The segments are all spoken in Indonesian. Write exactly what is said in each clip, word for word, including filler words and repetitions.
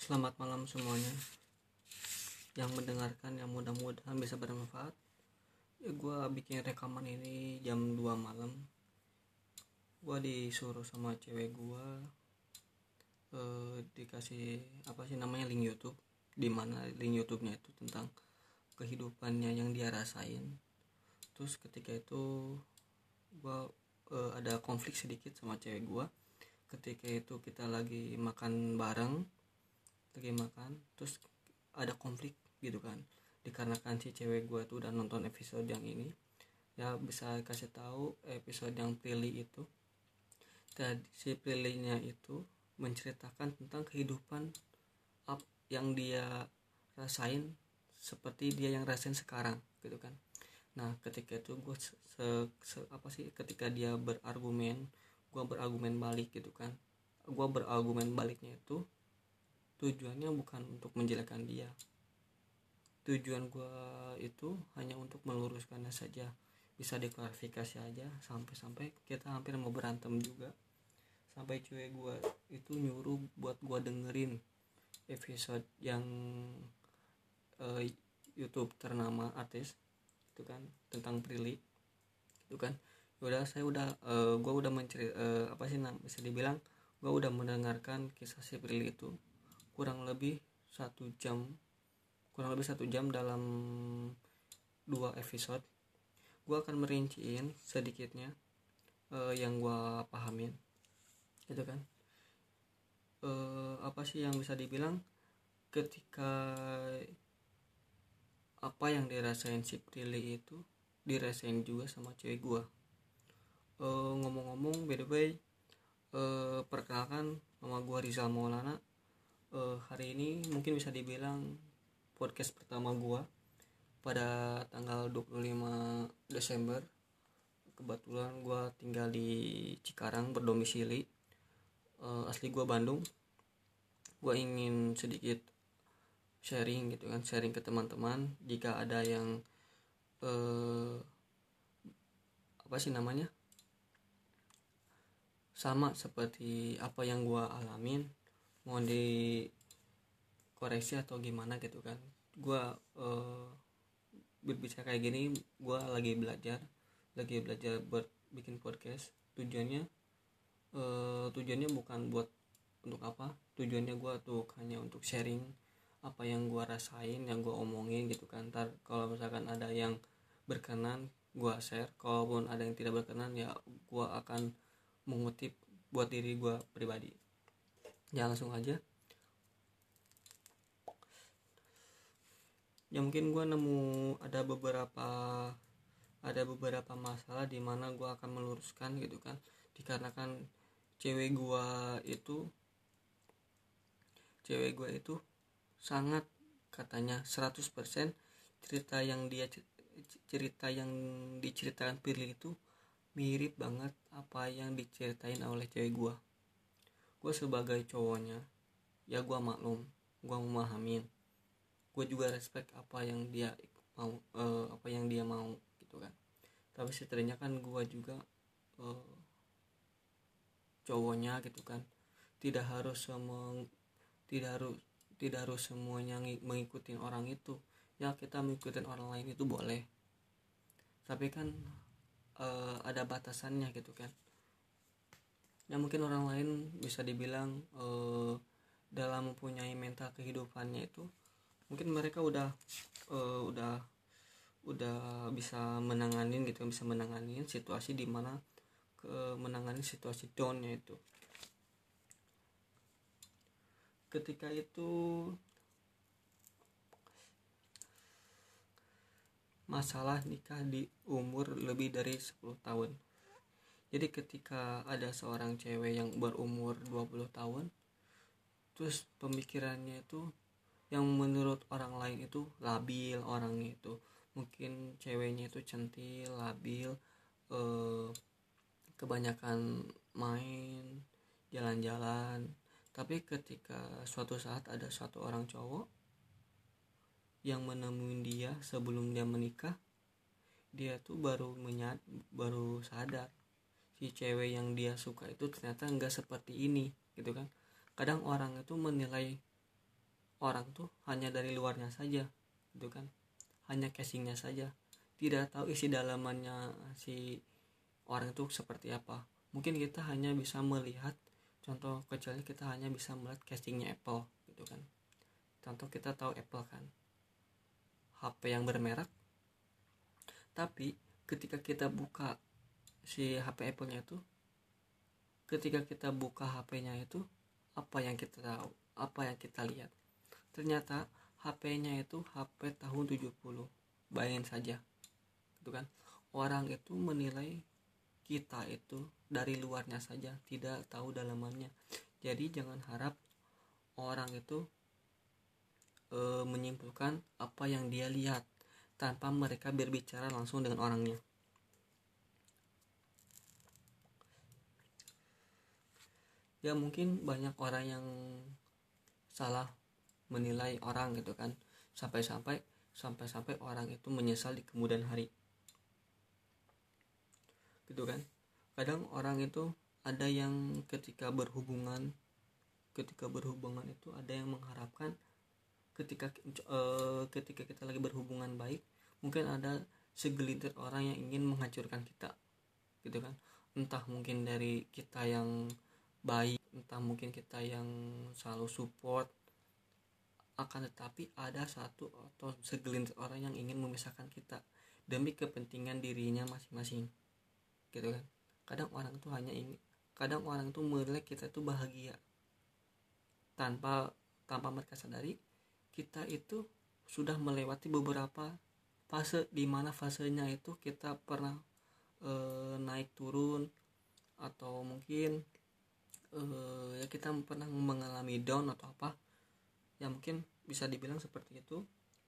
Selamat malam semuanya yang mendengarkan, yang mudah-mudahan bisa bermanfaat. Ya, gue bikin rekaman ini jam dua malam. Gue disuruh sama cewek gue eh, dikasih apa sih namanya link YouTube, dimana link YouTube-nya itu tentang kehidupannya yang dia rasain. Terus ketika itu gue eh, ada konflik sedikit sama cewek gue. Ketika itu kita lagi makan bareng, lagi makan, terus ada konflik gitu kan, dikarenakan si cewek gue tuh udah nonton episode yang ini. Ya bisa kasih tahu episode yang Prilly itu. Tadi si Prilly-nya itu menceritakan tentang kehidupan up yang dia rasain seperti dia yang rasain sekarang gitu kan. Nah ketika itu gue se, se, apa sih ketika dia berargumen, gue berargumen balik gitu kan. Gue berargumen baliknya itu tujuannya bukan untuk menjelekkan dia. Tujuan gue itu hanya untuk meluruskannya saja. Bisa diklarifikasi aja. Sampai-sampai kita hampir mau berantem juga. Sampai cewek gue itu nyuruh buat gue dengerin episode yang uh, YouTube ternama artis itu kan, tentang Prilly itu kan. Udah saya udah uh, gue udah mencari uh, apa sih nam bisa dibilang gue udah mendengarkan kisah si Prilly itu kurang lebih satu jam kurang lebih satu jam dalam dua episode. Gue akan merinciin sedikitnya uh, yang gue pahamin gitu kan. Uh, apa sih yang bisa dibilang ketika apa yang dirasain si Prilly itu dirasain juga sama cewek gue. Uh, ngomong-ngomong by the way, uh, perkenalkan nama gue Rizal Maulana. Uh, hari ini mungkin bisa dibilang podcast pertama gue pada tanggal dua puluh lima Desember. Kebetulan gue tinggal di Cikarang berdomisili. Uh, asli gue Bandung. Gue ingin sedikit sharing gitu kan, sharing ke teman-teman jika ada yang uh, apa sih namanya sama seperti apa yang gue alamin, mau dikoreksi atau gimana gitu kan. Gue uh, berbicara kayak gini, gue lagi belajar lagi belajar buat bikin podcast. Tujuannya uh, tujuannya bukan buat untuk apa, tujuannya gue tuh hanya untuk sharing apa yang gue rasain, yang gue omongin gitu kan. Ntar kalau misalkan ada yang berkenan gue share, kalaupun ada yang tidak berkenan ya gue akan mengutip buat diri gue pribadi. Ya langsung aja. Ya mungkin gue nemu ada beberapa ada beberapa masalah di mana gue akan meluruskan gitu kan, dikarenakan cewek gue itu cewek gue itu sangat katanya seratus persen cerita yang dia cerita yang diceritakan Pirli itu mirip banget apa yang diceritain oleh cewek gue. Gue sebagai cowoknya ya gue maklum, gue memahamin, gue juga respect apa yang dia mau uh, apa yang dia mau gitu kan. Tapi setidaknya kan gue juga uh, cowoknya gitu kan, tidak harus semua tidak harus tidak harus semuanya mengikuti orang itu. Ya kita mengikuti orang lain itu boleh, tapi kan uh, ada batasannya gitu kan. Ya mungkin orang lain bisa dibilang uh, dalam mempunyai mental kehidupannya itu mungkin mereka udah uh, udah udah bisa menanganin gitu, bisa menanganin situasi di mana ke menangani situasi downnya itu. Ketika itu masalah nikah di umur lebih dari sepuluh tahun. Jadi ketika ada seorang cewek yang berumur dua puluh tahun, terus pemikirannya itu yang menurut orang lain itu labil orangnya itu. Mungkin ceweknya itu centil, labil, eh, kebanyakan main, jalan-jalan. Tapi ketika suatu saat ada suatu orang cowok yang menemui dia sebelum dia menikah, dia tuh baru menyad, baru sadar si cewek yang dia suka itu ternyata enggak seperti ini gitu kan. Kadang orang itu menilai orang tuh hanya dari luarnya saja gitu kan, hanya casingnya saja, tidak tahu isi dalamannya si orang itu seperti apa. Mungkin kita hanya bisa melihat, contoh kecilnya kita hanya bisa melihat casingnya Apple gitu kan. Contoh kita tahu Apple kan, H P yang bermerek, tapi ketika kita buka si H P Apple-nya itu, ketika kita buka H P-nya itu, apa yang kita tahu, apa yang kita lihat, ternyata H P-nya itu H P tahun tujuh puluh. Bayangin saja gitu kan, orang itu menilai kita itu dari luarnya saja, tidak tahu dalamannya. Jadi jangan harap orang itu e, menyimpulkan apa yang dia lihat tanpa mereka berbicara langsung dengan orangnya. Ya mungkin banyak orang yang salah menilai orang gitu kan, sampai-sampai sampai-sampai orang itu menyesal di kemudian hari gitu kan. Kadang orang itu ada yang ketika berhubungan ketika berhubungan itu ada yang mengharapkan ketika e, ketika kita lagi berhubungan baik, mungkin ada segelintir orang yang ingin menghancurkan kita gitu kan. Entah mungkin dari kita yang baik, entah mungkin kita yang selalu support, akan tetapi ada satu atau segelintir orang yang ingin memisahkan kita demi kepentingan dirinya masing-masing gitu kan. Kadang orang tuh hanya ingin kadang orang tuh melihat kita tuh bahagia tanpa tanpa mereka sadari kita itu sudah melewati beberapa fase, di mana fasenya itu kita pernah e, naik turun, atau mungkin e, ya kita pernah mengalami down atau apa ya, mungkin bisa dibilang seperti itu.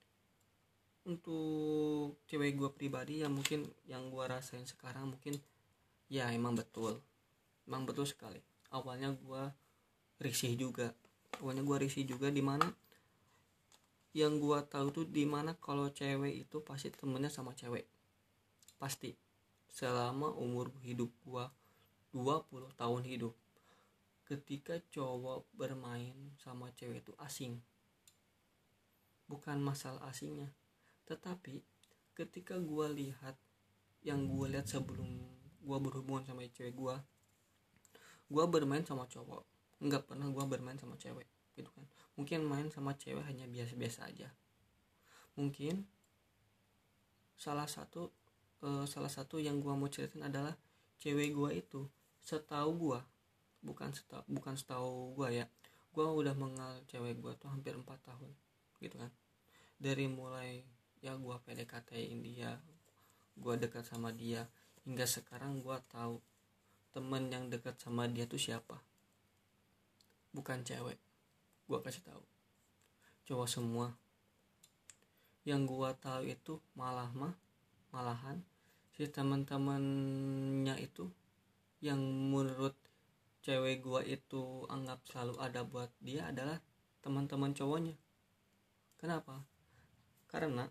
Untuk cewek gue pribadi ya, mungkin yang gue rasain sekarang mungkin ya emang betul emang betul sekali. Awalnya gue risih juga awalnya gue risih juga dimana yang gue tahu tuh dimana kalau cewek itu pasti temennya sama cewek, pasti selama umur hidup gue dua puluh tahun hidup. Ketika cowok bermain sama cewek itu asing, bukan masalah asingnya, tetapi ketika gue lihat yang gue lihat sebelum gue berhubungan sama cewek gue, gue bermain sama cowok, nggak pernah gue bermain sama cewek gitu kan. Mungkin main sama cewek hanya biasa-biasa aja. Mungkin salah satu uh, salah satu yang gue mau ceritain adalah cewek gue itu, setahu gue, bukan setahu bukan setahu gue ya, gue udah mengenal cewek gue tuh hampir empat tahun gitu kan. Dari mulai ya gue P D K T-in dia, gue dekat sama dia, hingga sekarang gue tahu temen yang dekat sama dia tuh siapa, bukan cewek. Gue kasih tahu cowok semua. Yang gue tahu itu malah mah malahan si teman-temannya itu yang menurut cewek gue itu anggap selalu ada buat dia adalah teman-teman cowoknya. Kenapa? Karena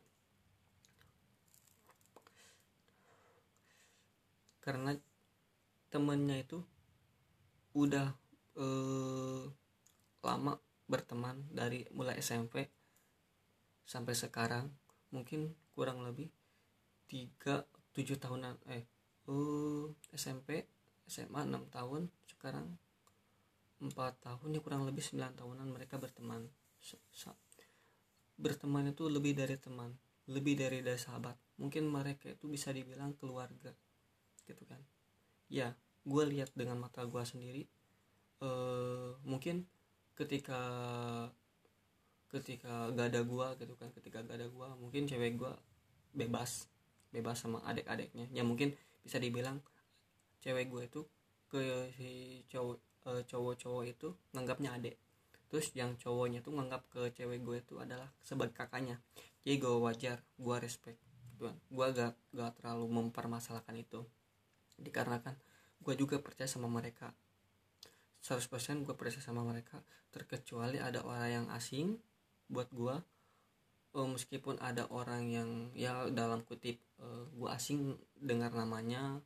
karena temennya itu udah eh, lama berteman dari mulai S M P sampai sekarang, mungkin kurang lebih tiga tujuh tahunan eh uh, S M P S M A enam tahun, sekarang empat tahun, ya kurang lebih sembilan tahunan mereka berteman. Berteman itu lebih dari teman, lebih dari dari sahabat. Mungkin mereka itu bisa dibilang keluarga gitu kan. Ya gue lihat dengan mata gue sendiri. Uh, mungkin ketika ketika gak ada gue gitu kan, ketika gak ada gue mungkin cewek gue bebas bebas sama adik-adiknya. Ya mungkin bisa dibilang cewek gue itu ke si cowok uh, cowok-cowok itu nganggapnya adik, terus yang cowoknya tuh nganggap ke cewek gue itu adalah sebagai kakaknya. Jadi gue wajar, gue respect gitu kan. Gue gak, gak terlalu mempermasalahkan itu, dikarenakan gue juga percaya sama mereka seratus persen. Gue percaya sama mereka, terkecuali ada orang yang asing buat gue. Oh, meskipun ada orang yang ya dalam kutip uh, gue asing dengar namanya,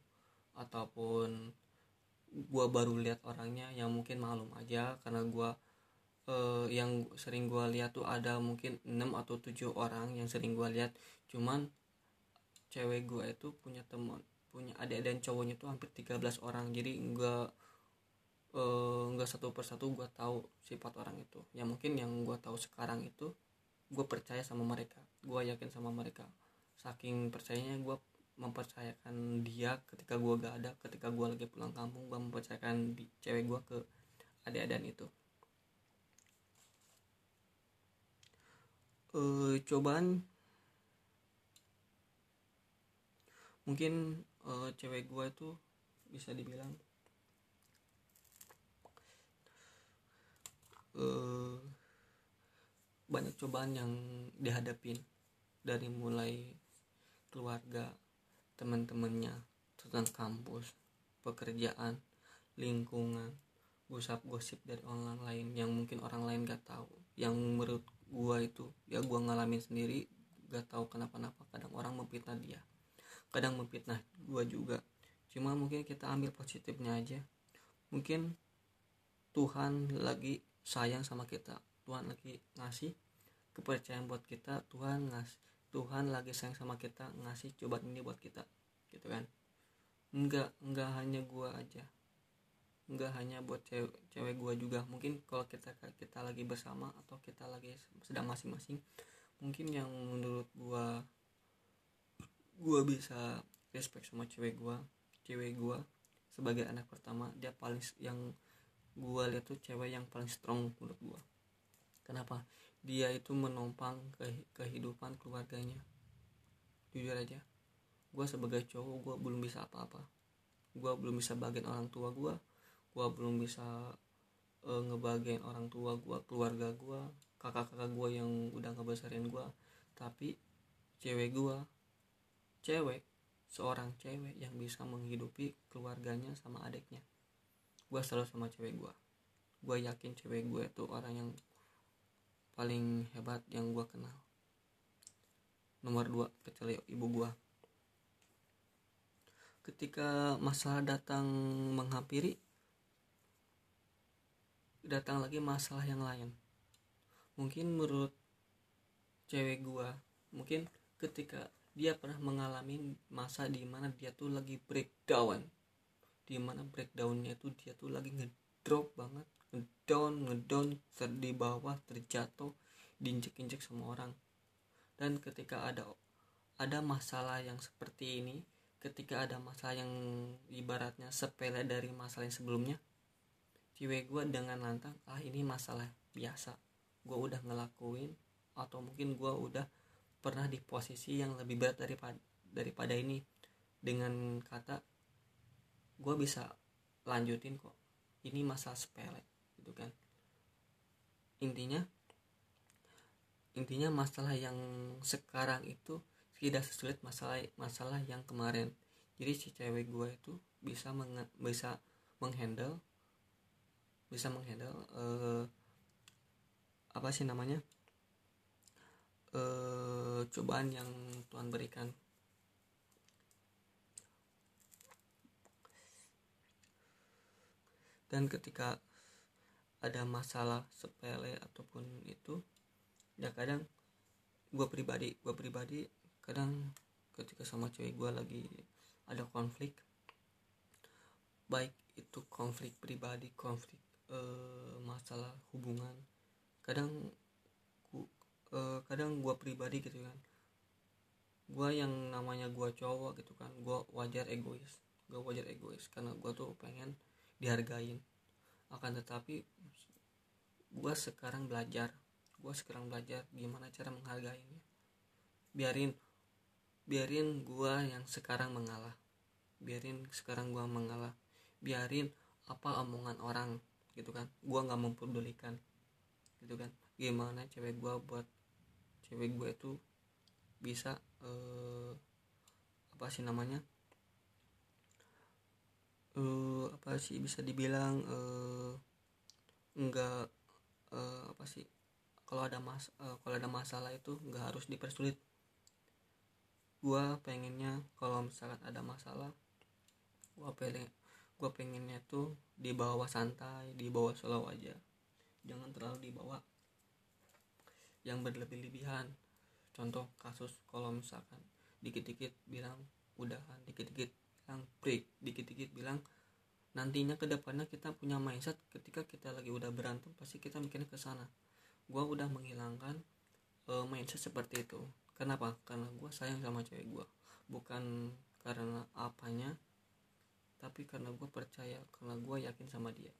ataupun gue baru lihat orangnya, yang mungkin maklum aja karena gue uh, yang sering gue lihat tuh ada mungkin enam atau tujuh orang yang sering gue lihat. Cuman cewek gue itu punya teman, punya adik dan cowoknya tuh hampir tiga belas orang. Jadi enggak uh, enggak satu persatu gue tahu sifat orang itu. Ya mungkin yang gue tahu sekarang itu gue percaya sama mereka, gue yakin sama mereka. Saking percayanya gue mempercayakan dia ketika gue gak ada, ketika gue lagi pulang kampung, gue mempercayakan di, cewek gue ke adik-adik itu. Uh, cobaan mungkin uh, cewek gue itu bisa dibilang uh, banyak cobaan yang dihadapin, dari mulai keluarga, teman-temannya, tentang kampus, pekerjaan, lingkungan, gosip-gosip dari orang lain yang mungkin orang lain gak tahu, yang menurut gua itu ya gua ngalamin sendiri, gak tahu kenapa-napa. Kadang orang memfitnah dia, kadang memfitnah gua juga. Cuma mungkin kita ambil positifnya aja. Mungkin Tuhan lagi sayang sama kita, Tuhan lagi ngasih kepercayaan buat kita, Tuhan ngasih Tuhan lagi sayang sama kita, ngasih cobaan ini buat kita, gitu kan. Enggak, enggak hanya gua aja, enggak hanya buat cewek, cewek gua juga. Mungkin kalau kita kita lagi bersama atau kita lagi sedang masing-masing, mungkin yang menurut gua gua bisa respect sama cewek gua, cewek gua sebagai anak pertama, dia paling yang gua lihat tuh cewek yang paling strong menurut gua. Kenapa? Dia itu menopang ke, kehidupan keluarganya. Jujur aja, gue sebagai cowok gue belum bisa apa-apa. Gue belum bisa bagian orang tua gue, gue belum bisa uh, ngebagian orang tua gue, keluarga gue, kakak-kakak gue yang udah ngebesarin gue. Tapi cewek gue, cewek, seorang cewek yang bisa menghidupi keluarganya sama adiknya. Gue selalu sama cewek gue. Gue yakin cewek gue itu orang yang paling hebat yang gue kenal. Nomor dua, kecuali ibu gue. Ketika masalah datang menghampiri, datang lagi masalah yang lain. Mungkin menurut cewek gue, mungkin ketika dia pernah mengalami masa di mana dia tuh lagi breakdown, di mana breakdownnya tuh dia tuh lagi ngedrop banget, ngedown, ngedown, ter di bawah, terjatuh, diinjek-injek sama orang. Dan ketika ada ada masalah yang seperti ini, ketika ada masalah yang ibaratnya sepele dari masalah yang sebelumnya, cewek gue dengan lantang, ah ini masalah biasa, gue udah ngelakuin, atau mungkin gue udah pernah di posisi yang lebih berat daripada daripada ini, dengan kata gue bisa lanjutin kok, ini masalah sepele, gitu kan. Intinya intinya masalah yang sekarang itu tidak sesulit masalah masalah yang kemarin. Jadi si cewek gue itu bisa menge, bisa menghandle bisa menghandle uh, apa sih namanya uh, cobaan yang Tuhan berikan. Dan ketika ada masalah sepele ataupun itu, ya kadang gue pribadi gue pribadi kadang ketika sama cewek gue lagi ada konflik, baik itu konflik pribadi, konflik uh, masalah hubungan, kadang ku, uh, kadang gue pribadi gitu kan, gue yang namanya gue cowok gitu kan, gue wajar egois gue wajar egois karena gue tuh pengen dihargain. Akan tetapi gue sekarang belajar gue sekarang belajar gimana cara menghargainya. biarin biarin gue yang sekarang mengalah biarin sekarang gue mengalah biarin apa omongan orang gitu kan, gue nggak mempedulikan gitu kan. Gimana cewek gue buat cewek gue itu bisa eh, apa sih namanya eh, apa sih bisa dibilang eh, enggak eh, apa sih kalau ada mas eh, kalau ada masalah itu nggak harus dipersulit. Gue pengennya kalau misalkan ada masalah, gue pengen gue pengennya tuh dibawa santai, dibawa slow aja. jangan terlalu dibawa yang berlebih-lebihan. Contoh kasus kalau misalkan dikit-dikit bilang udahan, dikit-dikit bilang break, dikit-dikit bilang nantinya ke depannya kita punya mindset ketika kita lagi udah berantem pasti kita mikirnya ke sana. Gua udah menghilangkan uh, mindset seperti itu. Kenapa? Karena gua sayang sama cewek gua, bukan karena apanya, tapi karena gua percaya, karena gua yakin sama dia.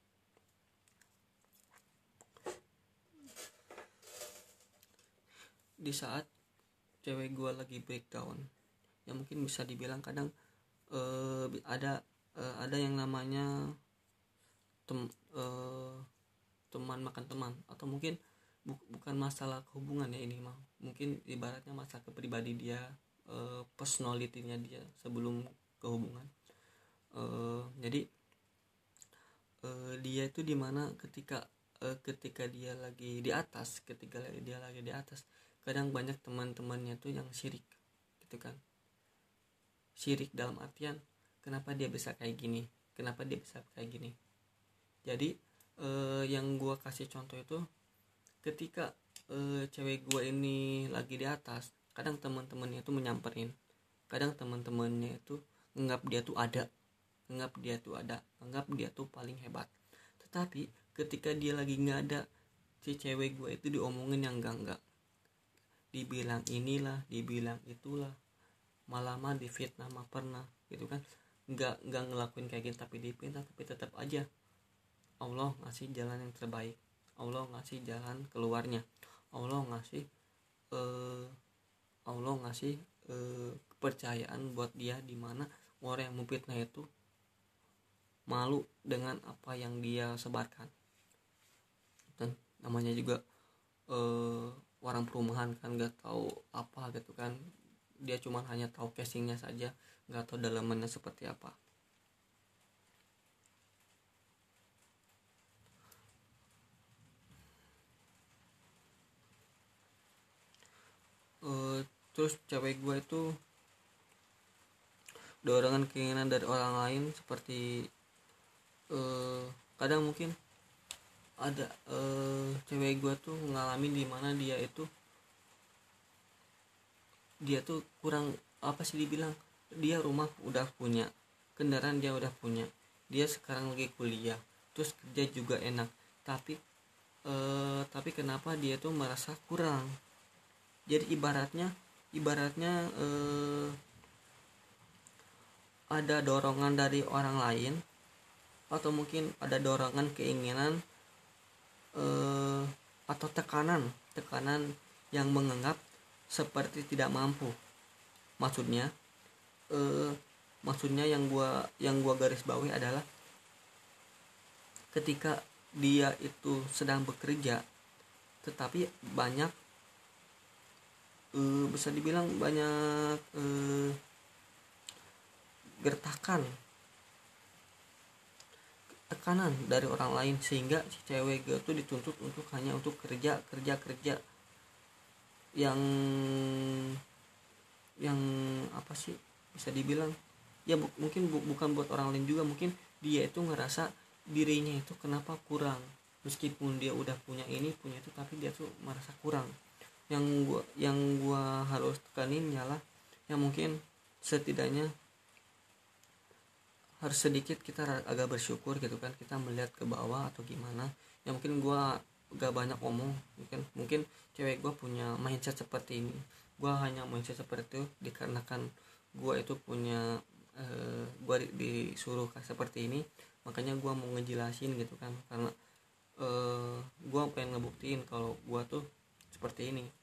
Di saat cewek gue lagi breakdown, ya mungkin bisa dibilang kadang uh, ada uh, ada yang namanya tem, uh, teman makan teman, atau mungkin bu, bukan masalah hubungan ya ini mah, mungkin ibaratnya masalah kepribadi dia, uh, personality-nya dia sebelum ke hubungan. Uh, jadi uh, dia itu dimana ketika uh, ketika dia lagi di atas, ketika dia lagi di atas kadang banyak teman-temannya tuh yang syirik gitu kan. Syirik dalam artian kenapa dia bisa kayak gini, kenapa dia bisa kayak gini. Jadi eh, yang gue kasih contoh itu ketika eh, cewek gue ini lagi di atas, kadang teman-temannya tuh menyamperin, kadang teman-temannya itu nganggap dia tuh ada, nganggap dia tuh ada, nganggap dia tuh paling hebat. Tetapi ketika dia lagi nggak ada, si cewek gue itu diomongin yang enggak-enggak, dibilang inilah, dibilang itulah, malah mah difitnah mah pernah gitu kan. Nggak nggak ngelakuin kayak gitu tapi dipinta, tapi tetap aja Allah ngasih jalan yang terbaik, Allah ngasih jalan keluarnya, Allah ngasih eh, Allah ngasih eh, kepercayaan buat dia, dimana orang yang memfitnah itu malu dengan apa yang dia sebarkan. Dan namanya juga eh, orang perumahan kan, nggak tahu apa gitu kan, dia cuma hanya tahu casingnya saja, nggak tahu dalamannya seperti apa. Uh, terus cewek gue itu dorongan keinginan dari orang lain, seperti uh, kadang mungkin ada uh, cewek gue tuh ngalamin dimana dia itu dia tuh kurang apa sih dibilang, dia rumah udah punya, kendaraan dia udah punya, dia sekarang lagi kuliah, terus kerja juga enak, tapi eh, tapi kenapa dia tuh merasa kurang. Jadi ibaratnya ibaratnya eh, ada dorongan dari orang lain, atau mungkin ada dorongan keinginan eh, atau tekanan tekanan yang menganggap seperti tidak mampu. Maksudnya eh, maksudnya yang gua yang gua garis bawahi adalah ketika dia itu sedang bekerja, tetapi banyak eh, bisa dibilang banyak eh, gertakan, tekanan dari orang lain, sehingga si cewek itu dituntut untuk hanya untuk kerja kerja kerja yang yang apa sih bisa dibilang ya bu, mungkin bu, bukan buat orang lain juga, mungkin dia itu ngerasa dirinya itu kenapa kurang, meskipun dia udah punya ini punya itu, tapi dia tuh merasa kurang. Yang gua yang gua harus tekanin ialah yang mungkin setidaknya harus sedikit kita agak bersyukur gitu kan, kita melihat ke bawah atau gimana. Ya mungkin gua gak banyak ngomong, mungkin mungkin cewek gue punya mindset seperti ini, gue hanya mindset seperti itu dikarenakan gue itu punya eh, gue disuruh seperti ini, makanya gue mau ngejelasin gitu kan, karena eh, gue pengen ngebuktiin kalau gue tuh seperti ini.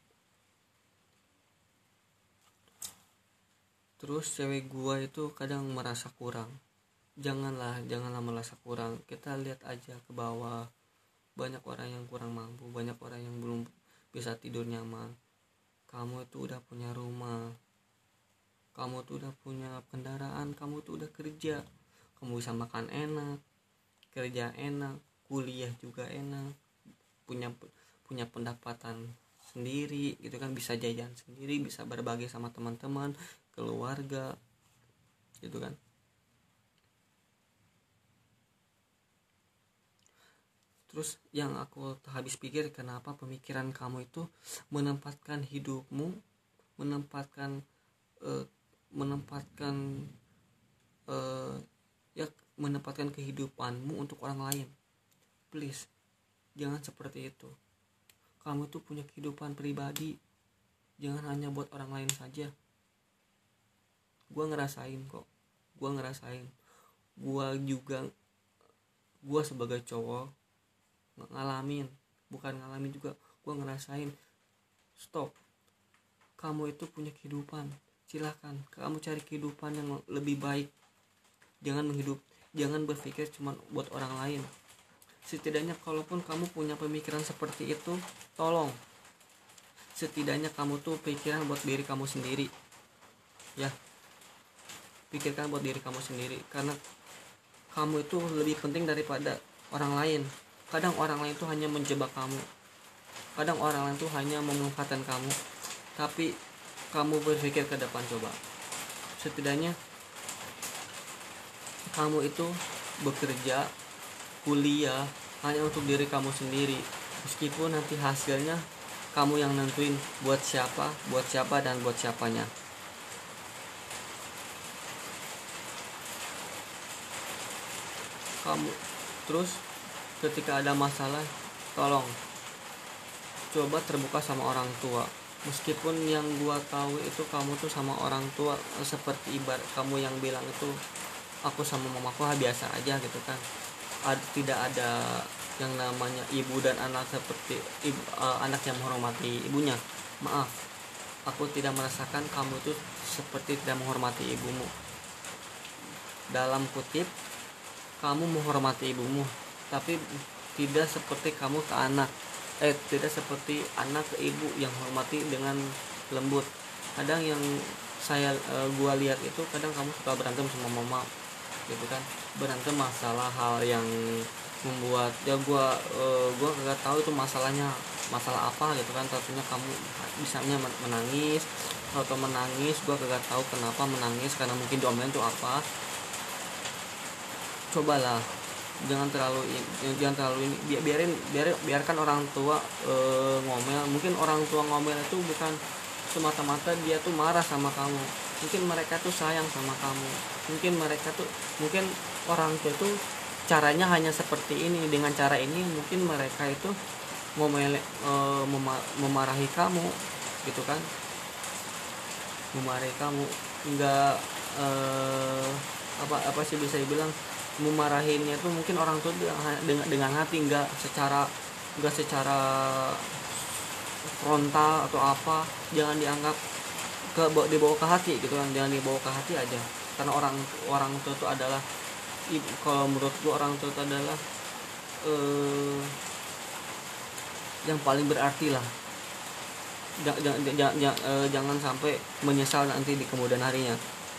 Terus cewek gue itu kadang merasa kurang, janganlah janganlah merasa kurang, kita lihat aja ke bawah, banyak orang yang kurang mampu, banyak orang yang belum bisa tidur nyaman. Kamu itu udah punya rumah, kamu tuh udah punya kendaraan, kamu tuh udah kerja, kamu bisa makan enak, kerja enak, kuliah juga enak, punya punya pendapatan sendiri gitu kan, bisa jajan sendiri, bisa berbagi sama teman-teman, keluarga gitu kan. Terus yang aku tak habis pikir, kenapa pemikiran kamu itu menempatkan hidupmu, menempatkan uh, menempatkan uh, ya menempatkan kehidupanmu untuk orang lain. Please, jangan seperti itu. Kamu tuh punya kehidupan pribadi, jangan hanya buat orang lain saja. Gua ngerasain kok, gua ngerasain. Gua juga, gua sebagai cowok ngalamin, bukan ngalamin juga, gue ngerasain. Stop, kamu itu punya kehidupan, silahkan kamu cari kehidupan yang lebih baik. Jangan menghidup, jangan berpikir cuma buat orang lain. Setidaknya kalaupun kamu punya pemikiran seperti itu, tolong setidaknya kamu tuh pikiran buat diri kamu sendiri, ya. Pikirkan buat diri kamu sendiri, karena kamu itu lebih penting daripada orang lain. Kadang orang lain itu hanya menjebak kamu, kadang orang lain itu hanya memanfaatkan kamu, tapi kamu berpikir ke depan. Coba, setidaknya kamu itu bekerja, kuliah hanya untuk diri kamu sendiri, meskipun nanti hasilnya kamu yang nentuin buat siapa, buat siapa dan buat siapanya. Kamu terus ketika ada masalah, tolong coba terbuka sama orang tua. Meskipun yang gua tahu itu kamu tuh sama orang tua seperti ibarat kamu yang bilang itu, aku sama mamaku biasa aja gitu kan. Ad, tidak ada yang namanya ibu dan anak seperti ibu, uh, anak yang menghormati ibunya. Maaf, aku tidak merasakan kamu itu seperti tidak menghormati ibumu. Dalam kutip, kamu menghormati ibumu, tapi tidak seperti kamu ke anak, eh tidak seperti anak ke ibu yang hormati dengan lembut. Kadang yang saya e, gua lihat itu kadang kamu suka berantem sama mama, gitu kan, berantem masalah hal yang membuat ya gua e, gua kagak tahu itu masalahnya masalah apa gitu kan. Tentunya kamu bisanya menangis atau menangis, gua kagak tahu kenapa menangis, karena mungkin diomelin tuh apa. Cobalah jangan terlalu jangan terlalu ini biarin biarin biarkan orang tua e, ngomel. Mungkin orang tua ngomel itu bukan semata-mata dia tuh marah sama kamu, mungkin mereka tuh sayang sama kamu, mungkin mereka tuh mungkin orang tua tuh caranya hanya seperti ini. Dengan cara ini mungkin mereka itu ngomel e, memarahi kamu gitu kan, memarahi kamu enggak e, apa apa sih bisa dibilang, memarahinnya tuh mungkin orang tua dengan dengan hati, enggak secara enggak secara frontal atau apa. Jangan dianggap ke dibawa ke hati gitu kan, jangan dibawa ke hati aja. Karena orang orang tua itu adalah, kalau menurut gua orang tua itu adalah eh, yang paling berarti lah. Jangan jangan, jangan, jangan, eh, jangan sampai menyesal nanti di kemudian harinya.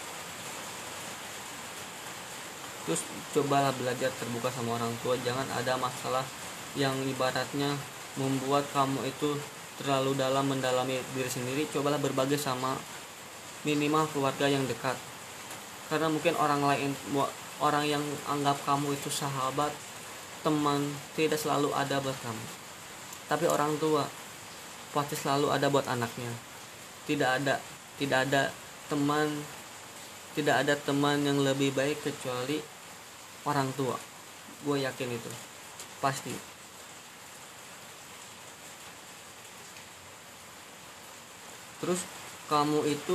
Terus cobalah belajar terbuka sama orang tua. Jangan ada masalah yang ibaratnya membuat kamu itu terlalu dalam mendalami diri sendiri. Cobalah berbagi sama minimal keluarga yang dekat, karena mungkin orang lain, orang yang anggap kamu itu sahabat, teman, tidak selalu ada buat kamu. Tapi orang tua pasti selalu ada buat anaknya. Tidak ada tidak ada teman tidak ada teman yang lebih baik kecuali orang tua. Gue yakin itu pasti. Terus kamu itu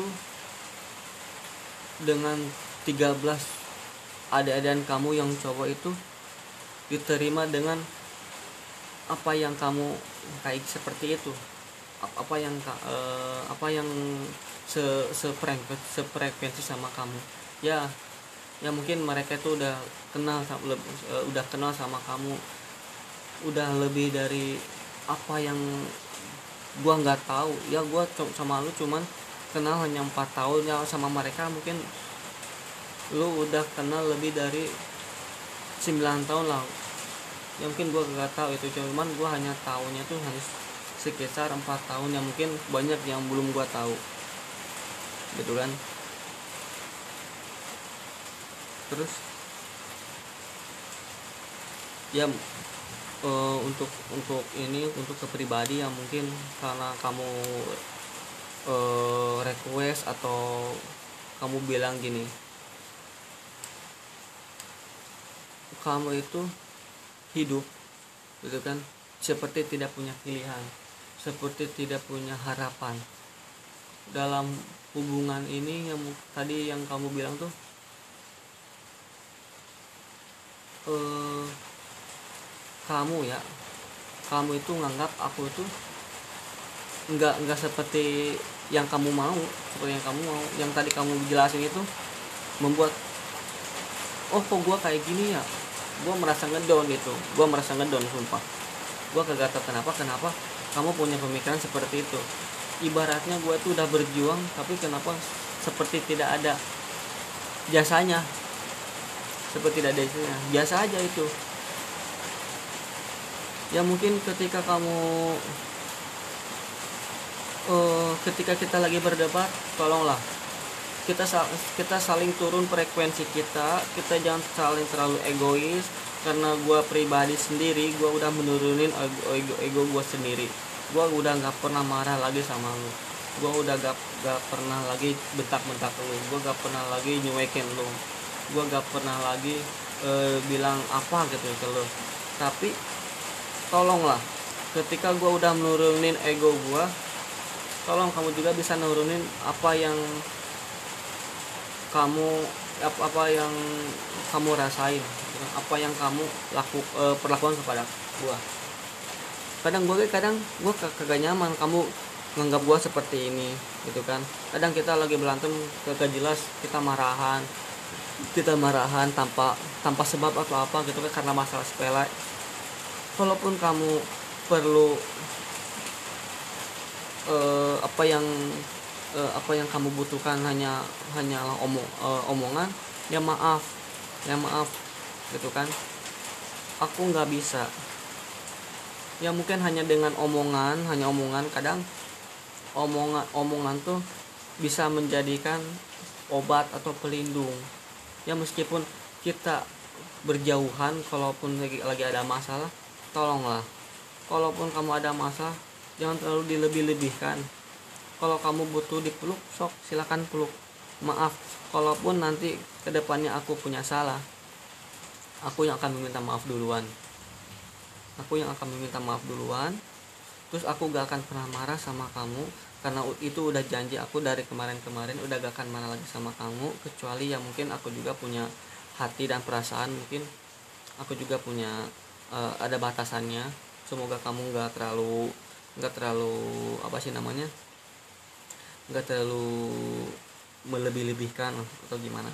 dengan tiga belas adik-adikan kamu yang cowok itu diterima dengan apa yang kamu kayak seperti itu, apa yang eh, apa yang se sefrekuensi sefrekuensi sama kamu. Ya ya mungkin mereka itu udah kenal udah kenal sama kamu udah lebih dari apa yang gua nggak tahu. Ya gua sama lu cuman kenal hanya empat tahun, ya sama mereka mungkin lu udah kenal lebih dari sembilan tahun lah. Ya mungkin gua nggak tahu itu, cuman gua hanya tahunya tuh hanya sekitar empat tahun, yang mungkin banyak yang belum gua tahu gitu kan. Terus ya uh, untuk untuk ini untuk ke pribadi yang mungkin karena kamu uh, request atau kamu bilang gini, kamu itu hidup gitu kan seperti tidak punya pilihan, seperti tidak punya harapan dalam hubungan ini. Yang tadi yang kamu bilang tuh eh, kamu ya kamu itu nganggap aku tuh nggak nggak seperti yang kamu mau, seperti yang kamu mau yang tadi kamu jelasin itu membuat, oh kok gue kayak gini ya, gue merasa ngedown gitu, gue merasa ngedown sumpah. Gue kagak tahu kenapa kenapa kamu punya pemikiran seperti itu. Ibaratnya gue tuh udah berjuang tapi kenapa seperti tidak ada jasanya, seperti tidak ada jasanya, biasa aja itu. Ya mungkin ketika kamu uh, ketika kita lagi berdebat, tolonglah kita kita saling turun frekuensi kita kita jangan saling terlalu egois. Karena gue pribadi sendiri, gue udah menurunin ego ego, ego gue sendiri. Gue udah nggak pernah marah lagi sama lu, gue udah gak, gak pernah lagi bentak-bentak lu, gue gak pernah lagi nyuekin lu, gue gak pernah lagi e, bilang apa gitu ke lu. Tapi tolonglah ketika gue udah menurunin ego gue, tolong kamu juga bisa nurunin apa yang kamu apa, apa yang kamu rasain, apa yang kamu laku e, perlakuan kepada gue. Kadang gue kadang gue kagak nyaman kamu nganggap gue seperti ini gitu kan. Kadang kita lagi berantem kagak jelas, kita marahan kita marahan tanpa tanpa sebab atau apa gitu kan, karena masalah sepele. Walaupun kamu perlu eh, apa yang eh, apa yang kamu butuhkan hanya hanyalah omong eh, omongan, ya maaf ya maaf gitu kan, aku nggak bisa. Ya mungkin hanya dengan omongan hanya omongan kadang omongan omongan tuh bisa menjadikan obat atau pelindung. Ya meskipun kita berjauhan, kalaupun lagi, lagi ada masalah, tolonglah kalaupun kamu ada masalah jangan terlalu dilebih-lebihkan. Kalau kamu butuh dipeluk, sok silakan peluk. Maaf kalaupun nanti kedepannya aku punya salah, aku yang akan meminta maaf duluan aku yang akan meminta maaf duluan terus aku gak akan pernah marah sama kamu, karena itu udah janji aku dari kemarin-kemarin, udah gak akan marah lagi sama kamu. Kecuali ya mungkin aku juga punya hati dan perasaan, mungkin aku juga punya uh, ada batasannya. Semoga kamu gak terlalu gak terlalu apa sih namanya gak terlalu melebih-lebihkan atau gimana.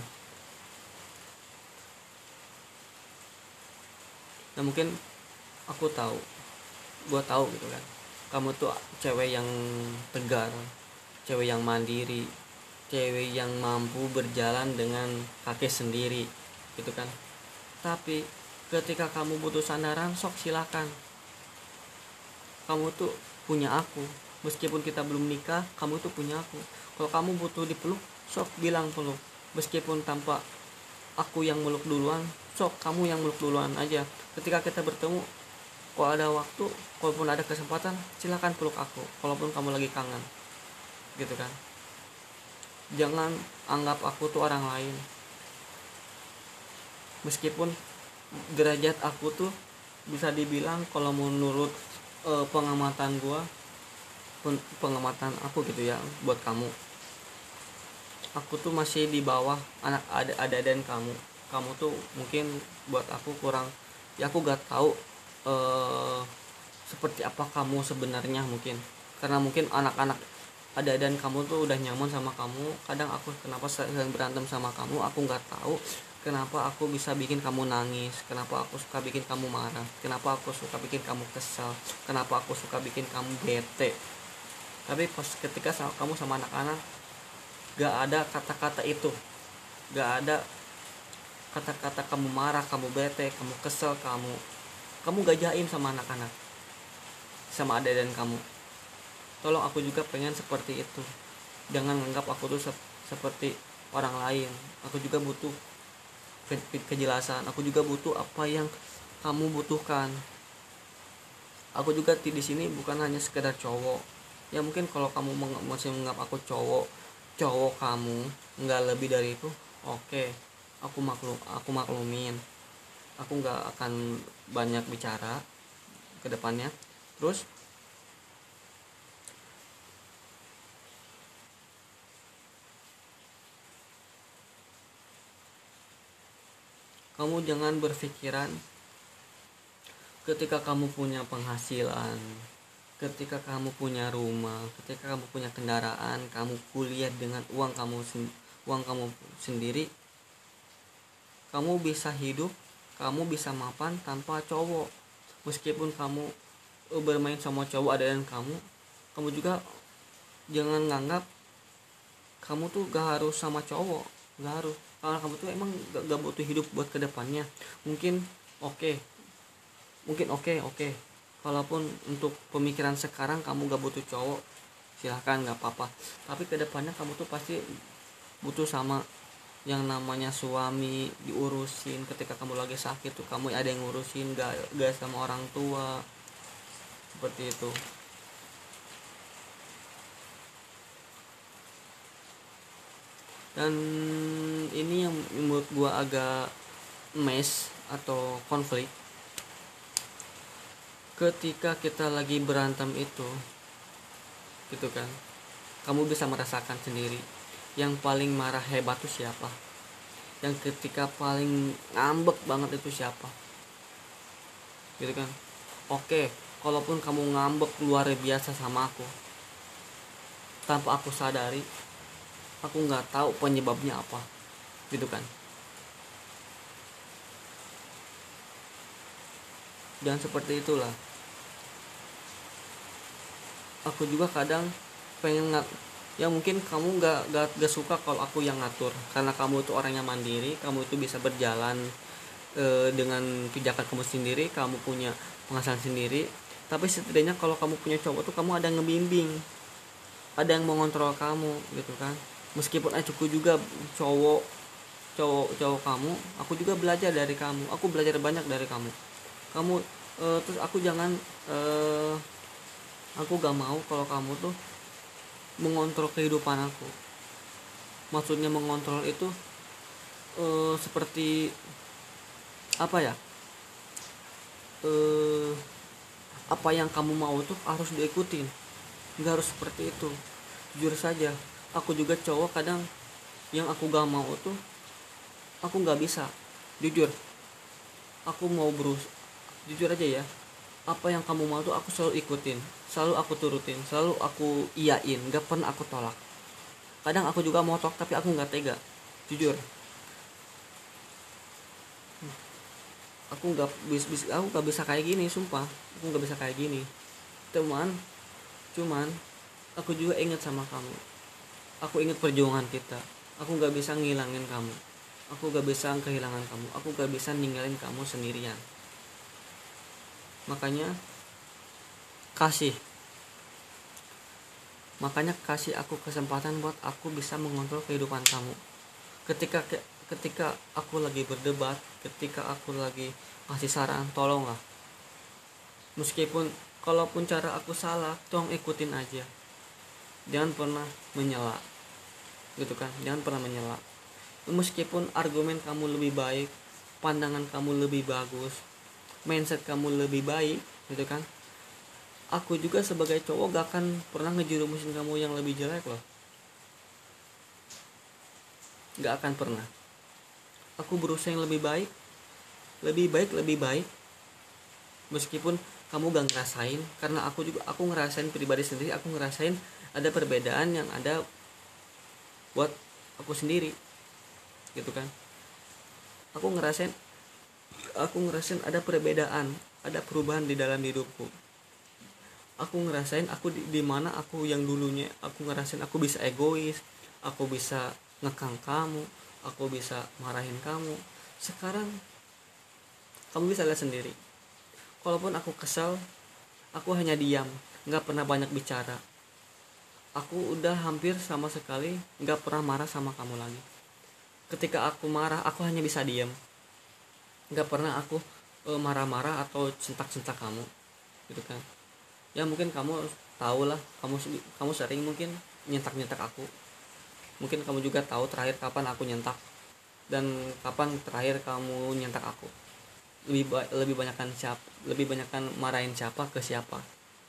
Nah mungkin aku tahu gue tahu gitu kan, kamu tuh cewek yang tegar, cewek yang mandiri, cewek yang mampu berjalan dengan kaki sendiri gitu kan. Tapi ketika kamu butuh sandaran, sok silakan. Kamu tuh punya aku, meskipun kita belum nikah, kamu tuh punya aku. Kalau kamu butuh dipeluk, sok bilang peluk, meskipun tanpa aku yang meluk duluan, sok kamu yang meluk duluan aja. Ketika kita bertemu, kalau ada waktu, kalaupun ada kesempatan, silakan peluk aku kalaupun kamu lagi kangen gitu kan. Jangan anggap aku tuh orang lain, meskipun derajat aku tuh bisa dibilang kalau menurut e, pengamatan gua pen, pengamatan aku gitu ya, buat kamu, aku tuh masih di bawah anak ada ada dan kamu kamu tuh mungkin buat aku kurang, ya aku gak tahu Uh, seperti apa kamu sebenarnya, mungkin karena mungkin anak-anak ada dan kamu tuh udah nyaman sama kamu. Kadang aku kenapa sering berantem sama kamu, aku nggak tahu kenapa aku bisa bikin kamu nangis, kenapa aku suka bikin kamu marah, kenapa aku suka bikin kamu kesal, kenapa aku suka bikin kamu bete. Tapi pas ketika sama kamu sama anak-anak, gak ada kata-kata itu, gak ada kata-kata kamu marah, kamu bete, kamu kesel, kamu kamu gak jaim sama anak-anak, sama adik dan kamu. Tolong aku juga pengen seperti itu. Jangan anggap aku tuh se- seperti orang lain. Aku juga butuh ke- kejelasan. Aku juga butuh apa yang kamu butuhkan. Aku juga di sini bukan hanya sekedar cowok. Ya mungkin kalau kamu meng- masih menganggap aku cowok, cowok kamu nggak lebih dari itu, oke, aku maklum, aku maklumin. Aku nggak akan banyak bicara ke depannya. Terus kamu jangan berpikiran ketika kamu punya penghasilan, ketika kamu punya rumah, ketika kamu punya kendaraan, kamu kuliah dengan uang kamu uang kamu sendiri, kamu bisa hidup, kamu bisa mapan tanpa cowok. Meskipun kamu bermain sama cowok ada dan kamu kamu juga jangan nganggap kamu tuh gak harus sama cowok, gak harus, karena kamu tuh emang gak, gak butuh hidup buat kedepannya. Mungkin oke okay, mungkin oke okay, oke okay. Kalaupun untuk pemikiran sekarang kamu gak butuh cowok, silahkan, gak apa-apa. Tapi kedepannya kamu tuh pasti butuh sama yang namanya suami, diurusin ketika kamu lagi sakit tuh kamu ada yang ngurusin, gak, gak sama orang tua, seperti itu. Dan ini yang menurut gua agak mess atau konflik, ketika kita lagi berantem itu gitu kan, kamu bisa merasakan sendiri yang paling marah hebat tuh siapa, yang ketika paling ngambek banget itu siapa, gitu kan. Oke, kalaupun kamu ngambek luar biasa sama aku tanpa aku sadari, aku nggak tahu penyebabnya apa, gitu kan. Jangan seperti itulah. Aku juga kadang pengen ngat ya mungkin kamu nggak nggak nggak suka kalau aku yang ngatur, karena kamu tuh orang yang mandiri, kamu itu bisa berjalan e, dengan pijakan kamu sendiri, kamu punya penghasilan sendiri. Tapi setidaknya kalau kamu punya cowok tuh kamu ada yang ngebimbing, ada yang mengontrol kamu, gitu kan. Meskipun aku juga cowok cowok cowok kamu, aku juga belajar dari kamu, aku belajar banyak dari kamu. Kamu e, terus aku jangan e, aku gak mau kalau kamu tuh mengontrol kehidupan aku. Maksudnya mengontrol itu e, seperti apa ya, e, apa yang kamu mau tuh harus diikutin, nggak harus seperti itu. Jujur saja, aku juga cowok, kadang yang aku gak mau tuh aku nggak bisa. Jujur, aku mau berus jujur aja ya, apa yang kamu mau tuh aku selalu ikutin, selalu aku turutin, selalu aku iyain, nggak pernah aku tolak. Kadang aku juga mau tolak tapi aku nggak tega. Jujur, aku nggak bis, bis aku nggak bisa kayak gini, sumpah aku nggak bisa kayak gini. Cuman cuman aku juga ingat sama kamu, aku ingat perjuangan kita. Aku nggak bisa ngilangin kamu, aku nggak bisa kehilangan kamu, aku nggak bisa ninggalin kamu sendirian. Makanya kasih makanya kasih aku kesempatan buat aku bisa mengontrol kehidupan kamu. Ketika ketika aku lagi berdebat, ketika aku lagi kasih saran, tolonglah. Meskipun kalaupun cara aku salah, tolong ikutin aja. Jangan pernah menyela, gitu kan. Jangan pernah menyela. Meskipun argumen kamu lebih baik, pandangan kamu lebih bagus, mindset kamu lebih baik, gitu kan. Aku juga sebagai cowok gak akan pernah ngejerumusin kamu yang lebih jelek loh. Gak akan pernah. Aku berusaha yang lebih baik, lebih baik, lebih baik. Meskipun kamu gak ngerasain, karena aku juga aku ngerasain pribadi sendiri, aku ngerasain ada perbedaan yang ada buat aku sendiri, gitu kan. Aku ngerasain aku ngerasain ada perbedaan, ada perubahan di dalam hidupku. Aku ngerasain aku di, di mana aku yang dulunya aku ngerasain aku bisa egois, aku bisa ngekang kamu, aku bisa marahin kamu. Sekarang kamu bisa lihat sendiri. Kalaupun aku kesal, aku hanya diam, nggak pernah banyak bicara. Aku udah hampir sama sekali nggak pernah marah sama kamu lagi. Ketika aku marah, aku hanya bisa diam, nggak pernah aku e, marah-marah atau centak-centak kamu. gitu kan. Ya mungkin kamu tahu lah, kamu kamu sering mungkin nyentak nyentak aku, mungkin kamu juga tahu terakhir kapan aku nyentak dan kapan terakhir kamu nyentak aku. Lebih ba- lebih banyakkan siapa, lebih banyakkan marahin siapa ke siapa.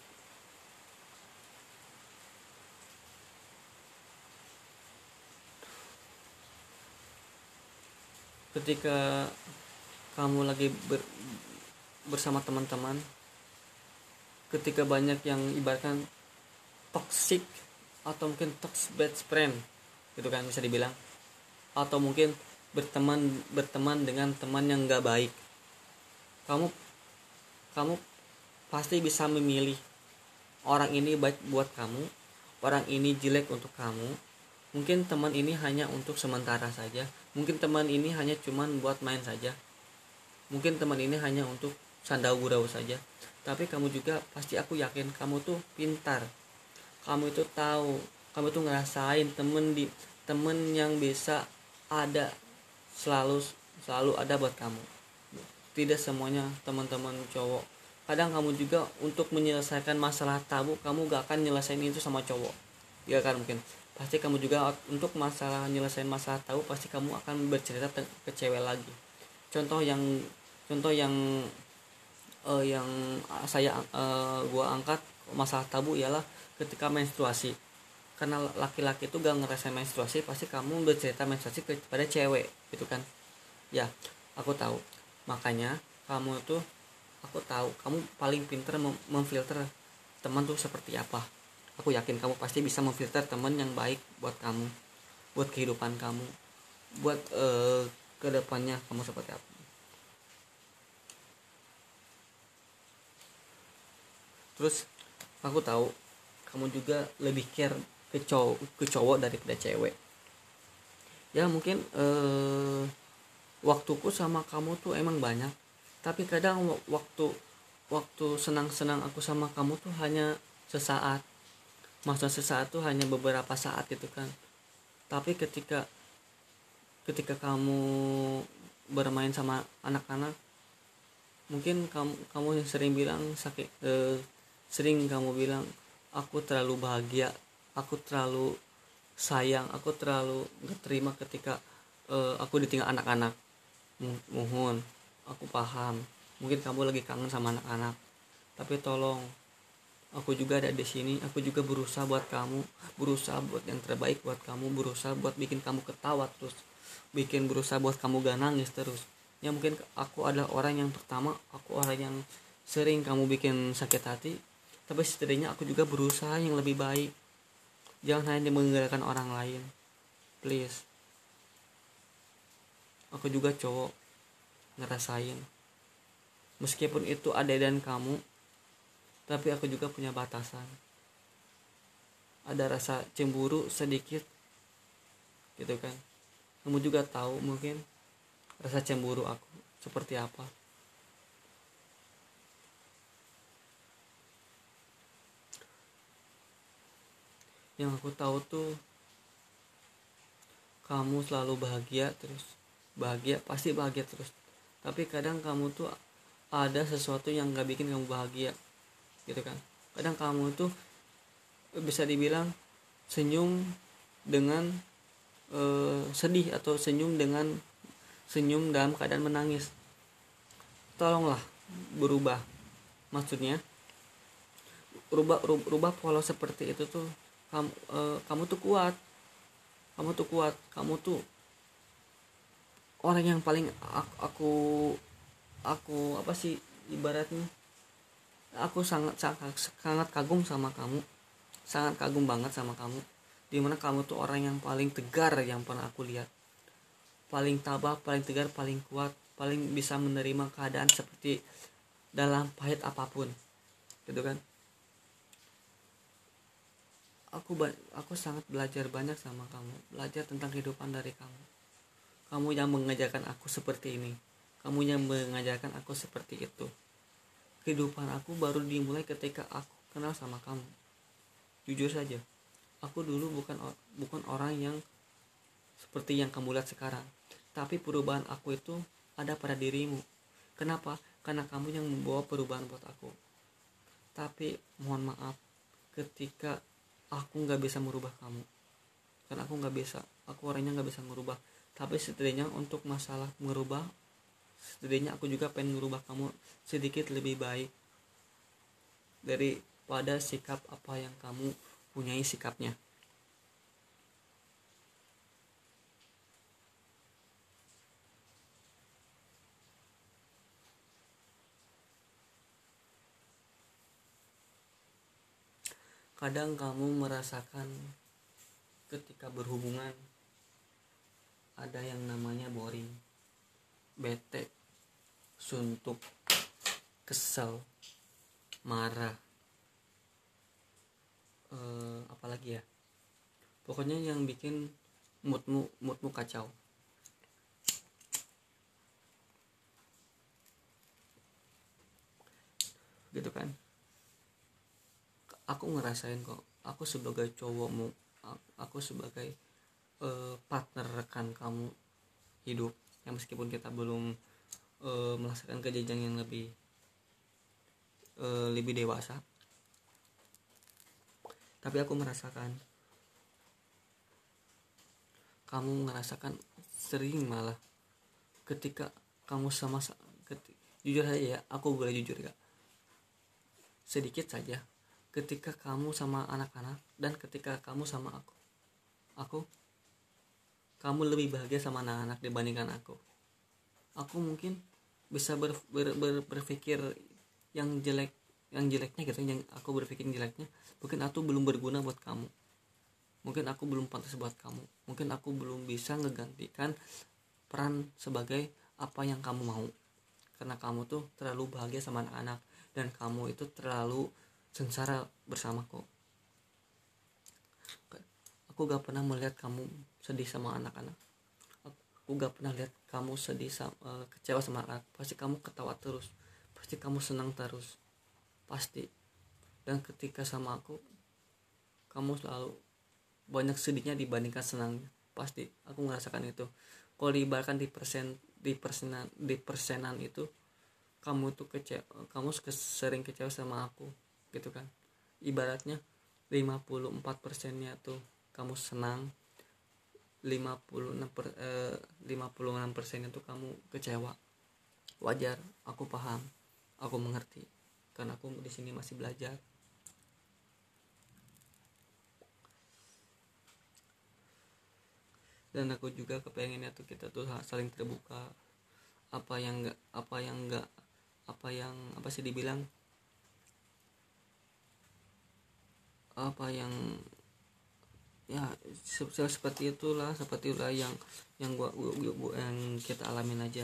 Ketika kamu lagi ber, bersama teman-teman, ketika banyak yang ibaratkan toxic atau mungkin toxic best friend gitu kan bisa dibilang, atau mungkin berteman berteman dengan teman yang gak baik, kamu kamu pasti bisa memilih orang ini baik buat kamu, orang ini jelek untuk kamu. Mungkin teman ini hanya untuk sementara saja, mungkin teman ini hanya cuman buat main saja, mungkin teman ini hanya untuk sandau gurau saja. Tapi kamu juga pasti, aku yakin kamu tuh pintar, kamu itu tahu, kamu tuh ngerasain temen di temen yang bisa ada, selalu selalu ada buat kamu. Tidak semuanya teman-teman cowok, kadang kamu juga untuk menyelesaikan masalah tabu, kamu gak akan nyelesain itu sama cowok ya kan. Mungkin pasti kamu juga untuk masalah nyelesain masalah tabu, pasti kamu akan bercerita ke cewek lagi. Contoh yang contoh yang uh, yang saya uh, gua angkat masalah tabu ialah ketika menstruasi. Karena laki-laki itu gak ngerasain menstruasi, pasti kamu bercerita menstruasi kepada cewek gitu kan. Ya aku tahu, makanya kamu tuh, aku tahu kamu paling pinter mem- memfilter teman tuh seperti apa. Aku yakin kamu pasti bisa memfilter teman yang baik buat kamu, buat kehidupan kamu, buat uh, kedepannya kamu seperti apa. Terus aku tahu kamu juga lebih care ke cowok ke cowok daripada cewek. Ya mungkin eh, waktuku sama kamu tuh emang banyak, tapi kadang waktu waktu senang-senang aku sama kamu tuh hanya sesaat. Maksudnya sesaat tuh hanya beberapa saat gitu kan. Tapi ketika ketika kamu bermain sama anak-anak, mungkin kamu kamu yang sering bilang sakit eh, sering kamu bilang aku terlalu bahagia, aku terlalu sayang, aku terlalu gak terima ketika uh, aku ditinggal anak-anak. Mohon, aku paham, mungkin kamu lagi kangen sama anak-anak, tapi tolong, aku juga ada di sini, aku juga berusaha buat kamu, berusaha buat yang terbaik buat kamu, berusaha buat bikin kamu ketawa terus, bikin berusaha buat kamu gak nangis terus. Ya mungkin aku adalah orang yang pertama, aku orang yang sering kamu bikin sakit hati, tapi setidaknya aku juga berusaha yang lebih baik. Jangan hanya mengandalkan orang lain, please. Aku juga cowok, ngerasain. Meskipun itu ada dan kamu, tapi aku juga punya batasan. Ada rasa cemburu sedikit, gitu kan. Kamu juga tahu mungkin rasa cemburu aku seperti apa. Yang aku tahu tuh kamu selalu bahagia terus, bahagia pasti bahagia terus, tapi kadang kamu tuh ada sesuatu yang gak bikin kamu bahagia gitu kan. Kadang kamu tuh bisa dibilang senyum dengan e, sedih, atau senyum dengan senyum dalam keadaan menangis. Tolonglah berubah, maksudnya rubah rubah, rubah pola seperti itu tuh. Kamu e, kamu tuh kuat, kamu tuh kuat, kamu tuh orang yang paling aku aku, aku apa sih ibaratnya, aku sangat sangat sangat kagum sama kamu, sangat kagum banget sama kamu. Dimana kamu tuh orang yang paling tegar yang pernah aku lihat, paling tabah, paling tegar, paling kuat, paling bisa menerima keadaan seperti dalam pahit apapun, gitu kan. Aku aku sangat belajar banyak sama kamu, belajar tentang kehidupan dari kamu. Kamu yang mengajarkan aku seperti ini, kamu yang mengajarkan aku seperti itu. Kehidupan aku baru dimulai ketika aku kenal sama kamu. Jujur saja, aku dulu bukan bukan orang yang seperti yang kamu lihat sekarang, tapi perubahan aku itu ada pada dirimu. Kenapa? Karena kamu yang membawa perubahan buat aku. Tapi mohon maaf ketika aku nggak bisa merubah kamu, karena aku nggak bisa, aku orangnya nggak bisa merubah. Tapi setidaknya untuk masalah merubah, setidaknya aku juga pengen merubah kamu sedikit lebih baik daripada sikap apa yang kamu punyai sikapnya. Kadang kamu merasakan ketika berhubungan ada yang namanya boring, bete, suntuk, kesel, marah, eh, apalagi ya, pokoknya yang bikin moodmu moodmu kacau. Gitu kan. Aku ngerasain kok, aku sebagai cowokmu, aku sebagai uh, partner rekan kamu hidup, yang meskipun kita belum uh, merasakan ke jenjang yang lebih uh, lebih dewasa, tapi aku merasakan, kamu merasakan sering malah ketika kamu sama ketika, jujur aja ya, aku boleh jujur gak? Sedikit saja, ketika kamu sama anak-anak dan ketika kamu sama aku, aku kamu lebih bahagia sama anak-anak dibandingkan aku. Aku mungkin bisa ber, ber, ber, berpikir yang jelek, yang jeleknya gitu, yang aku berpikir jeleknya, mungkin aku belum berguna buat kamu, mungkin aku belum pantas buat kamu, mungkin aku belum bisa ngegantikan peran sebagai apa yang kamu mau, karena kamu tuh terlalu bahagia sama anak-anak dan kamu itu terlalu sengsara bersamaku. Aku gak pernah melihat kamu sedih sama anak-anak, aku gak pernah lihat kamu sedih sama, uh, kecewa sama anak. Pasti kamu ketawa terus, pasti kamu senang terus, pasti. Dan ketika sama aku, kamu selalu banyak sedihnya dibandingkan senangnya, pasti. Aku merasakan itu. Kalau diibaratkan di persen di persenan di persenan itu, kamu tuh kecewa, kamu sering kecewa sama aku gitu kan. Ibaratnya lima puluh empat persennya tuh kamu senang, lima puluh enam per, eh, lima puluh enam persen itu kamu kecewa. Wajar, aku paham, aku mengerti, karena aku di sini masih belajar. Dan aku juga kepengennya tuh kita tuh saling terbuka, apa yang enggak apa yang enggak apa yang apa sih dibilang, apa yang ya seperti itulah, seperti itulah yang yang gua, gua, gua yang kita alamin aja.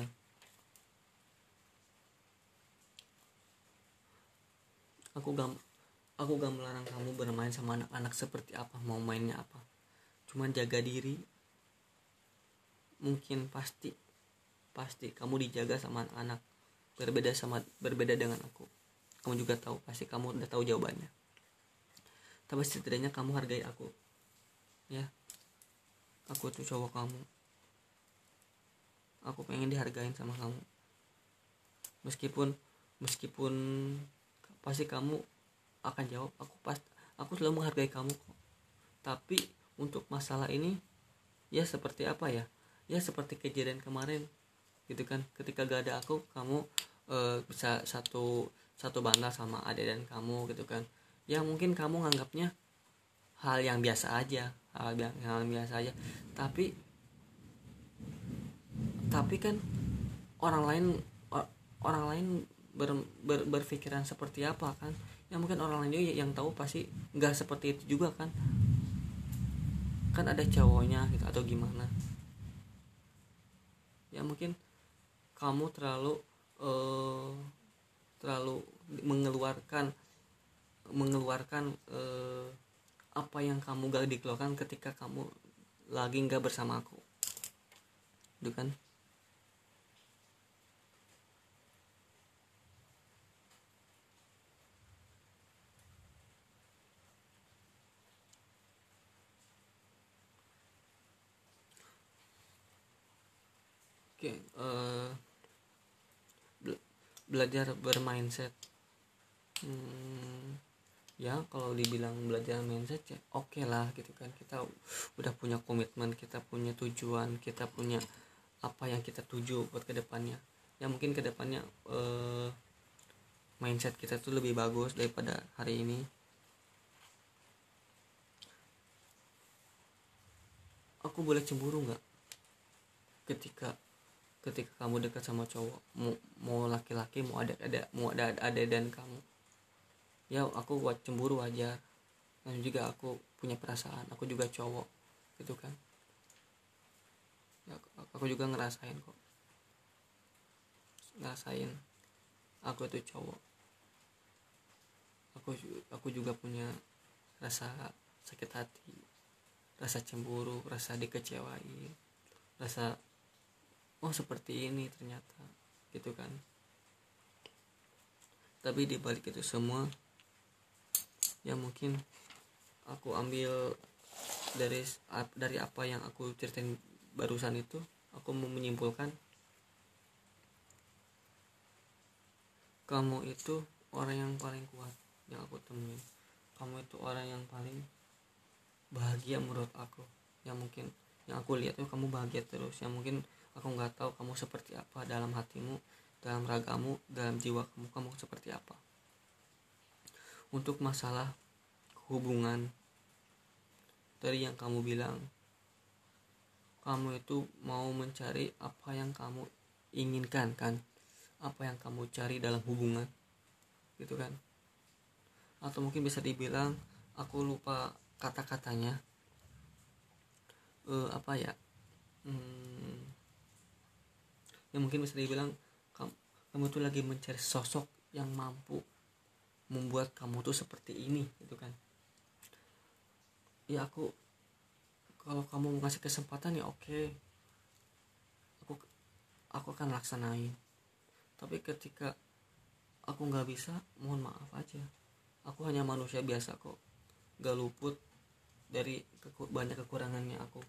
Aku gak aku gak melarang kamu bermain sama anak-anak seperti apa, mau mainnya apa, cuman jaga diri. Mungkin pasti pasti kamu dijaga sama anak-anak, berbeda sama berbeda dengan aku. Kamu juga tahu, pasti kamu udah tahu jawabannya. Tapi setidaknya kamu hargai aku, ya. Aku tuh cowok kamu, aku pengen dihargain sama kamu. Meskipun meskipun pasti kamu akan jawab, aku pas aku selalu menghargai kamu kok. Tapi untuk masalah ini, ya seperti apa ya? Ya seperti kejadian kemarin gitu kan, ketika gak ada aku, kamu e, bisa satu satu bandar sama adik dan kamu gitu kan. Ya mungkin kamu nganggapnya hal yang biasa aja, hal yang, hal yang biasa aja. Tapi tapi kan orang lain orang lain ber, ber, berpikiran seperti apa kan? Ya mungkin orang lain juga yang tahu pasti nggak seperti itu juga kan? Kan ada cowoknya gitu atau gimana? Ya mungkin kamu terlalu uh, terlalu mengeluarkan mengeluarkan uh, apa yang kamu gak dikeluarkan ketika kamu lagi nggak bersama aku, itu kan? Oke, uh, belajar bermindset. Hmm, Ya kalau dibilang belajar mindset ya oke okay lah gitu kan, kita udah punya komitmen, kita punya tujuan, kita punya apa yang kita tuju buat kedepannya. Ya mungkin kedepannya eh, mindset kita tuh lebih bagus daripada hari ini. Aku boleh cemburu nggak ketika ketika kamu dekat sama cowok, mau, mau laki-laki mau ada ada mau ada ada dan kamu, ya aku buat cemburu wajar, dan juga aku punya perasaan, aku juga cowok gitu kan. Ya, aku juga ngerasain kok, ngerasain aku itu cowok, aku aku juga punya rasa sakit hati, rasa cemburu, rasa dikecewain, rasa oh seperti ini ternyata gitu kan. Tapi di balik itu semua ya mungkin aku ambil dari dari apa yang aku ceritain barusan itu, aku mau menyimpulkan kamu itu orang yang paling kuat yang aku temuin. Kamu itu orang yang paling bahagia menurut aku. Yang mungkin yang aku lihat tuh kamu bahagia terus. Yang mungkin aku nggak tahu kamu seperti apa dalam hatimu, dalam ragamu, dalam jiwa kamu, kamu seperti apa. Untuk masalah hubungan, dari yang kamu bilang, kamu itu mau mencari apa yang kamu inginkan kan, apa yang kamu cari dalam hubungan gitu kan. Atau mungkin bisa dibilang, aku lupa kata-katanya, eh, apa ya, hmm, ya mungkin bisa dibilang kamu, kamu tuh lagi mencari sosok yang mampu membuat kamu tuh seperti ini gitu kan. Ya aku, kalau kamu ngasih kesempatan ya oke, aku aku akan laksanain. Tapi ketika aku nggak bisa, mohon maaf aja, aku hanya manusia biasa kok, gak luput dari keku- banyak kekurangannya aku.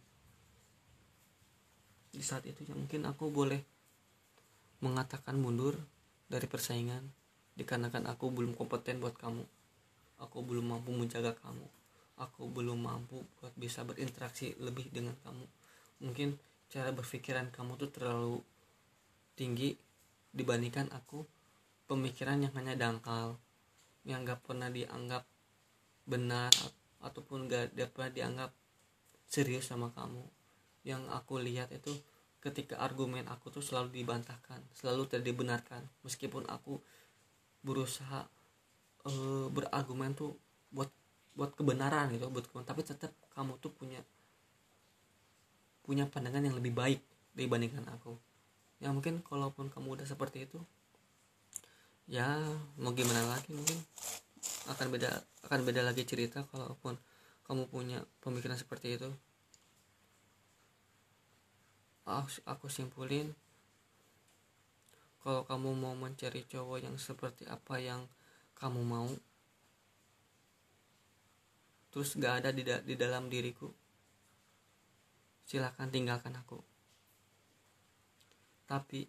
Di saat itu ya mungkin aku boleh mengatakan mundur dari persaingan dikarenakan aku belum kompeten buat kamu, aku belum mampu menjaga kamu, aku belum mampu buat bisa berinteraksi lebih dengan kamu. Mungkin cara berpikiran kamu tuh terlalu tinggi dibandingkan aku, pemikiran yang hanya dangkal, yang gak pernah dianggap benar ataupun gak pernah dianggap serius sama kamu. Yang aku lihat itu ketika argumen aku tuh selalu dibantahkan, selalu tidak dibenarkan, meskipun aku berusaha e, berargumen tuh buat buat kebenaran gitu, buat kebenaran, tapi tetap kamu tuh punya punya pandangan yang lebih baik dibandingkan aku. Ya mungkin kalaupun kamu udah seperti itu, ya mau gimana lagi, mungkin akan beda akan beda lagi cerita kalaupun kamu punya pemikiran seperti itu. Aku, aku simpulin, kalau kamu mau mencari cowok yang seperti apa yang kamu mau, terus gak ada di, da- di dalam diriku, silakan tinggalkan aku. Tapi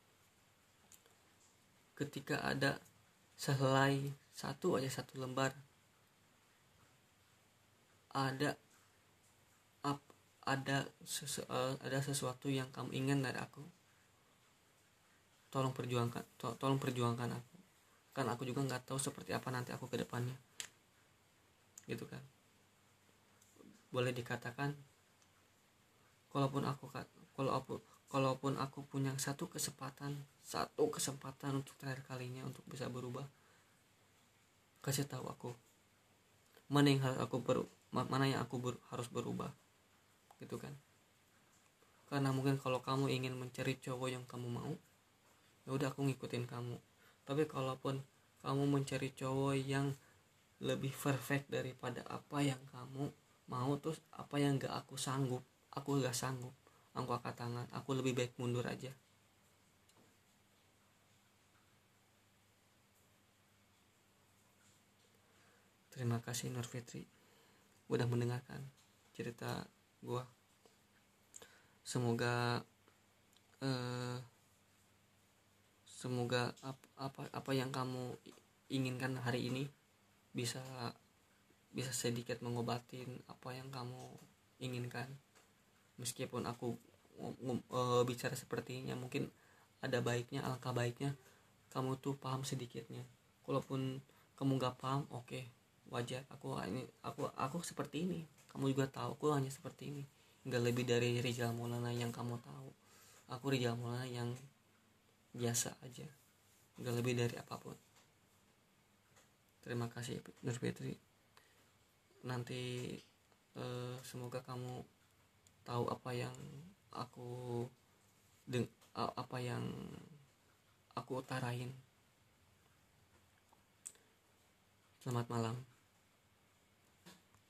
ketika ada sehelai satu aja, satu lembar, ada ap, ada sesu, uh, ada sesuatu yang kamu ingin dari aku, tolong perjuangkan, to, tolong perjuangkan aku. Kan aku juga nggak tahu seperti apa nanti aku ke depannya, gitu kan. Boleh dikatakan, kalaupun aku kalau aku kalaupun aku punya satu kesempatan, satu kesempatan untuk terakhir kalinya untuk bisa berubah, kasih tahu aku mana yang harus aku ber, mana yang aku ber, harus berubah, gitu kan. Karena mungkin kalau kamu ingin mencari cowok yang kamu mau, ya udah aku ngikutin kamu. Tapi kalaupun kamu mencari cowok yang lebih perfect daripada apa yang kamu mau, terus apa yang gak aku sanggup, aku gak sanggup, aku angkat tangan, aku lebih baik mundur aja. Terima kasih Nur Fitri udah mendengarkan cerita gua. Semoga eh, semoga apa, apa apa yang kamu inginkan hari ini bisa bisa sedikit mengobatin apa yang kamu inginkan. Meskipun aku e, bicara sepertinya, mungkin ada baiknya, alangkah baiknya kamu tuh paham sedikitnya. Kalaupun kamu gak paham, oke, okay, wajar. Aku ini aku aku seperti ini, kamu juga tahu aku hanya seperti ini. Gak lebih dari Rizal Maulana yang kamu tahu. Aku Rizal Maulana yang biasa aja, gak lebih dari apapun. Terima kasih Nur Fitri. Nanti eh, semoga kamu tahu apa yang aku deng- apa yang aku utarain. Selamat malam.